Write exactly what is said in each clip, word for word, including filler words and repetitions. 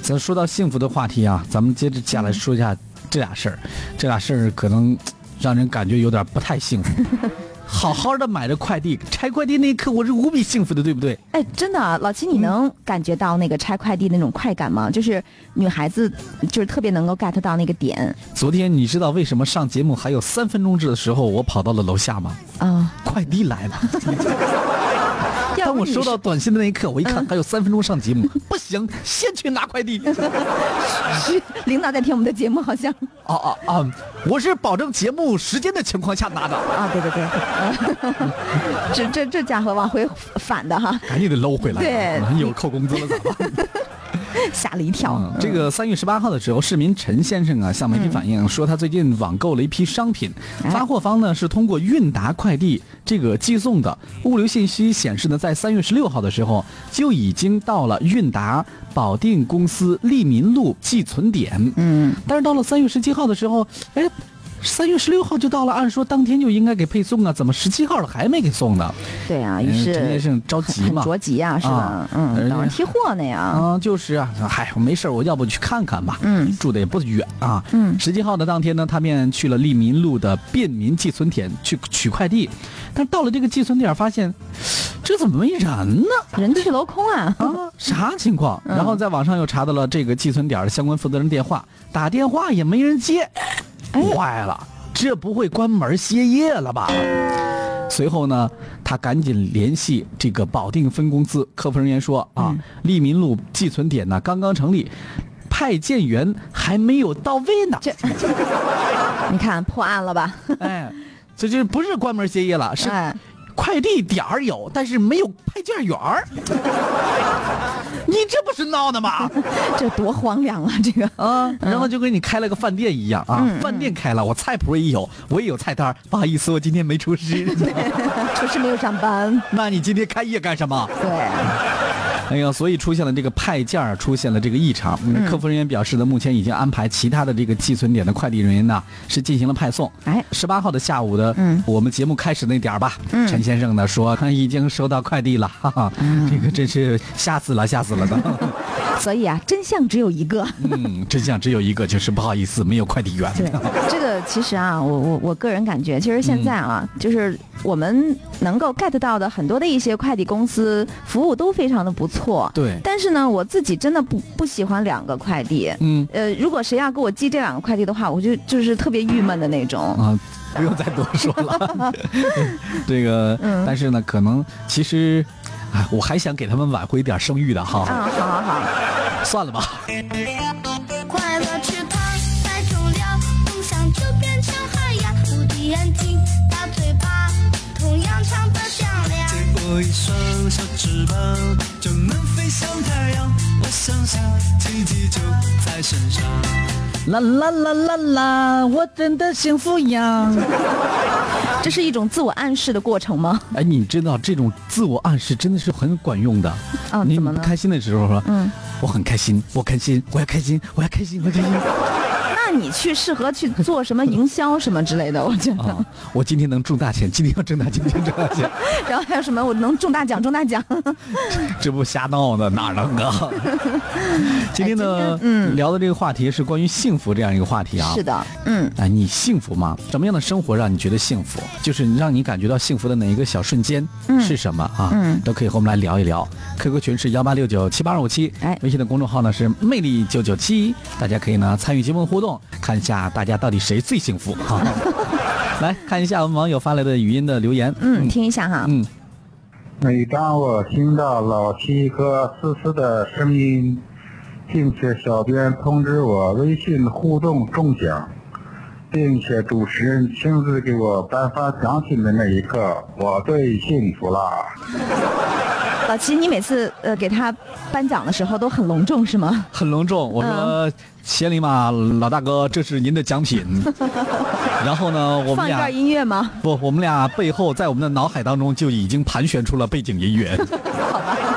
咱说到幸福的话题啊，咱们接着下来说一下这俩事儿。这俩事儿可能让人感觉有点不太幸福。好好的买着快递，拆快递那一刻我是无比幸福的，对不对？ 哎，真的啊，老齐，你能感觉到那个拆快递那种快感吗？就是女孩子就是特别能够 get 到那个点。 昨天你知道为什么上节目还有三分钟制的时候，我跑到了楼下吗？ 啊、哦， 快递来了。当我收到短信的那一刻，我一看、嗯、还有三分钟上节目，不行，先去拿快递。 领导在听我们的节目，好像。 哦哦哦，我是保证节目时间的情况下拿的。 啊，对对对。这这这家伙往回返的哈， 赶紧得搂回来。 对， 一会儿扣工资了咋办？ 吓了一跳。 嗯、这个三月十八号的时候，市民陈先生啊向媒体反映、嗯、说，他最近网购了一批商品，发货方呢是通过韵达快递这个寄送的。物流信息显示呢，在三月十六号的时候就已经到了韵达保定公司利民路寄存点。 嗯， 但是到了三月十七号的时候，哎。三月十六号就到了，按说当天就应该给配送啊，怎么十七号了还没给送呢？ 对啊，于是陈先生着急嘛， 很着急啊，是吧？啊、嗯，等着批货呢呀。 啊，就是啊，嗨，没事，我要不去看看吧。 嗯， 住的也不远啊。 嗯， 十七号的当天呢，他便去了利民路的便民寄存点去取快递，但是到了这个寄存点，发现这怎么没人呢？ 人去楼空啊！ 啊，啥情况？然后在网上又查到了这个寄存点的相关负责人电话，打电话也没人接。坏了，这不会关门歇业了吧？随后呢，他赶紧联系这个保定分公司客服人员说啊，嗯、利民路寄存点呢刚刚成立，派件员还没有到位呢。 这，你看破案了吧？ 哎，这就不是关门歇业了，是快递点儿有，但是没有派件员儿。你这不是闹的吗？ 这多荒凉啊！这个啊，然后就跟你开了个饭店一样啊， 嗯、 饭店开了，我菜谱也有，我也有菜单。不好意思，我今天没厨师， 厨师没有上班。 那你今天开业干什么？ 对。 哎呀，所以出现了这个派件出现了这个异常。嗯、客服人员表示呢，目前已经安排其他的这个寄存点的快递人员呢是进行了派送。 哎， 十八号的下午的， 嗯， 我们节目开始那点儿吧， 嗯， 陈先生呢说他已经收到快递了，哈哈，嗯、这个真是吓死了，吓死了的。 所以啊，真相只有一个。 嗯，真相只有一个，就是不好意思，没有快递员。 对，这个其实啊，我我我个人感觉，其实现在啊，嗯、就是我们能够 get 到的很多的一些快递公司服务都非常的不错。 对。 但是呢，我自己真的不不喜欢两个快递。 嗯。 呃，如果谁要给我寄这两个快递的话，我就就是特别郁闷的那种。 啊。不用再多说了。这个，嗯、但是呢，可能其实。哎，我还想给他们挽回一点声誉的哈。 啊，好好好， 算了吧。 快乐翅膀太重了，梦想就变成海洋，无敌眼睛，大嘴巴，同样唱得响亮。 借我一双小翅膀，就能飞向太阳。我相信奇迹就在身上。 啦啦啦啦啦，我真的幸福呀。 这是一种自我暗示的过程吗？ 哎，你知道这种自我暗示真的是很管用的。 啊， 你怎么呢？ 开心的时候说， 嗯， 我很开心，我开心，我要开心，我要开心，我要开心。 那你去适合去做什么营销什么之类的？我觉得、 啊，我今天能中大钱，今天要挣大钱，今天挣大钱。 然后还有什么？我能中大奖，中大奖。 这不瞎闹呢，哪能啊？今天呢，哎、嗯，聊的这个话题是关于幸福这样一个话题啊。 是的，嗯， 哎，你幸福吗？什么样的生活让你觉得幸福？就是让你感觉到幸福的哪一个小瞬间、嗯、是什么啊？ 嗯， 都可以和我们来聊一聊。Q Q 群是幺八六九七八二五七， 哎， 微信的公众号呢是魅力九九七，大家可以呢参与节目的互动，看一下大家到底谁最幸福哈。来看一下我们网友发来的语音的留言， 嗯，听一下哈。 嗯， 每当我听到老七和思思的声音，并且小编通知我微信互动中奖，并且主持人亲自给我颁发奖品的那一刻，我最幸福了。 老齐，你每次呃给他颁奖的时候都很隆重是吗？ 很隆重，我说、嗯、千里马老大哥，这是您的奖品。然后呢，我们俩放一段音乐吗？ 不，我们俩背后在我们的脑海当中就已经盘旋出了背景音乐。 好吧。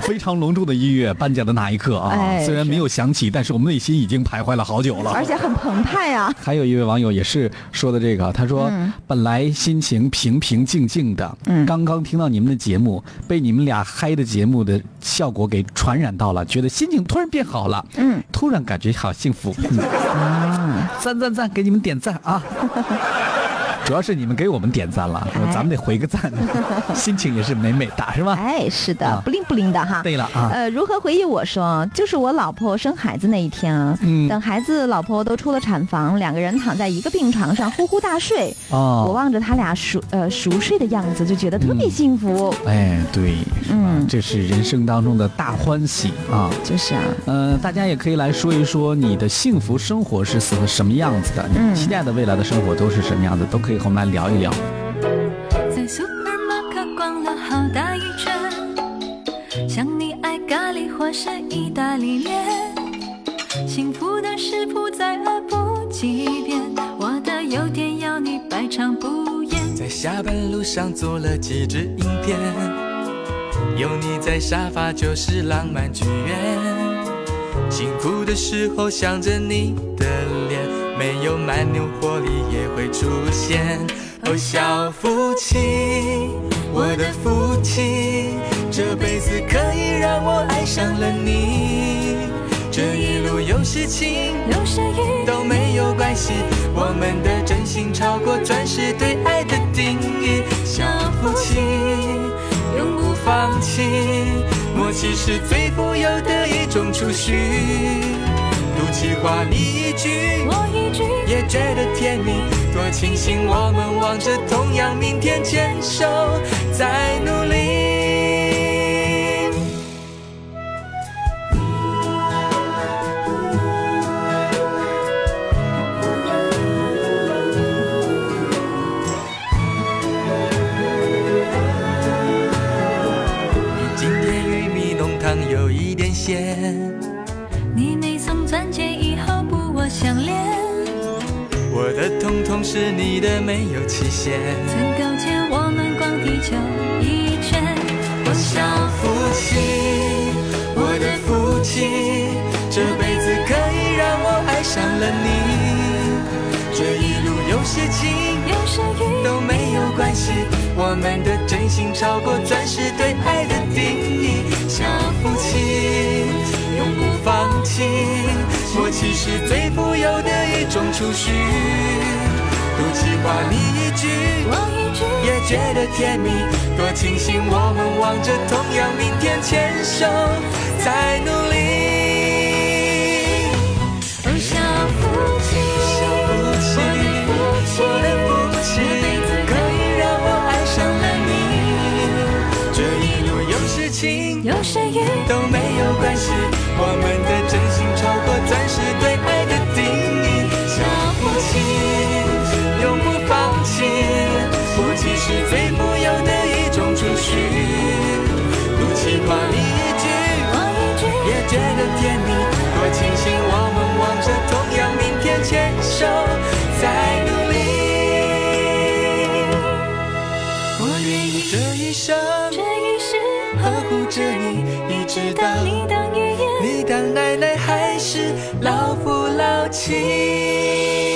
非常隆重的音乐颁奖的那一刻啊， 哎、 虽然没有响起，但是我们内心已经徘徊了好久了， 而且很澎湃啊。 还有一位网友也是说的这个，他说、嗯、本来心情平平静静的、嗯、刚刚听到你们的节目，被你们俩嗨的节目的效果给传染到了，觉得心情突然变好了，嗯，突然感觉好幸福，嗯啊，赞赞赞，给你们点赞啊。主要是你们给我们点赞了，哎、咱们得回个赞，心情也是美美的，是吧？ 哎，是的，啊、不灵不灵的哈。 对了啊， 呃，如何回忆我说，就是我老婆生孩子那一天啊，嗯，等孩子老婆都出了产房，两个人躺在一个病床上呼呼大睡，哦，我望着他俩熟呃熟睡的样子，就觉得特别幸福。 嗯、哎，对，嗯，这是人生当中的大欢喜啊， 就是啊， 呃，大家也可以来说一说你的幸福生活是什么样子的，嗯、你期待的未来的生活都是什么样子，都可以和我们来聊一聊。 在苏尔马克逛了好大一圈，像你爱咖喱或是意大利面，幸福的食谱再恶补几遍，我的优点要你百尝不厌。 在下班路上做了几支影片，有你在沙发就是浪漫剧院，幸福的时候想着你的脸，没有蛮牛活力也会出现。哦，小夫妻，我的夫妻，这辈子可以让我爱上了你。这一路有事情， 有时雨都没有关系，我们的真心超过钻石对爱的定义。小夫妻，永不放弃，默契是最富有的一种储蓄。赌气话你一句我一句也觉得甜蜜，多庆幸我们望着同样明天，牵手再努力。你今天玉米浓汤有一点咸， 你没送钻戒以后不我项链， 我的统统是你的没有期限， 曾勾结我们逛地球一圈。 我小夫妻，我的夫妻，这辈子可以让我爱上了你。这一路有些情有时雨都没有关系，我们的真心超过钻石对爱的定义。小夫妻永不放弃，默契是最富有的一种储蓄。赌气话你一句我一句也觉得甜蜜，多庆幸我们望着同样明天，牵手再努力。 哦，小夫妻， 小夫妻，我的夫妻，可以让我爱上了你。这一路有事情有时雨都没有关系，我们的真心超过钻石对爱的定义。小夫妻永不放弃，默契是最富有的一种储蓄。赌气话你一句我一句也觉得甜蜜，多庆幸我们望着同样明天，牵手再努力。我愿意这一生这一世呵护着你，一直到你当爷爷你当奶奶还是老夫老妻。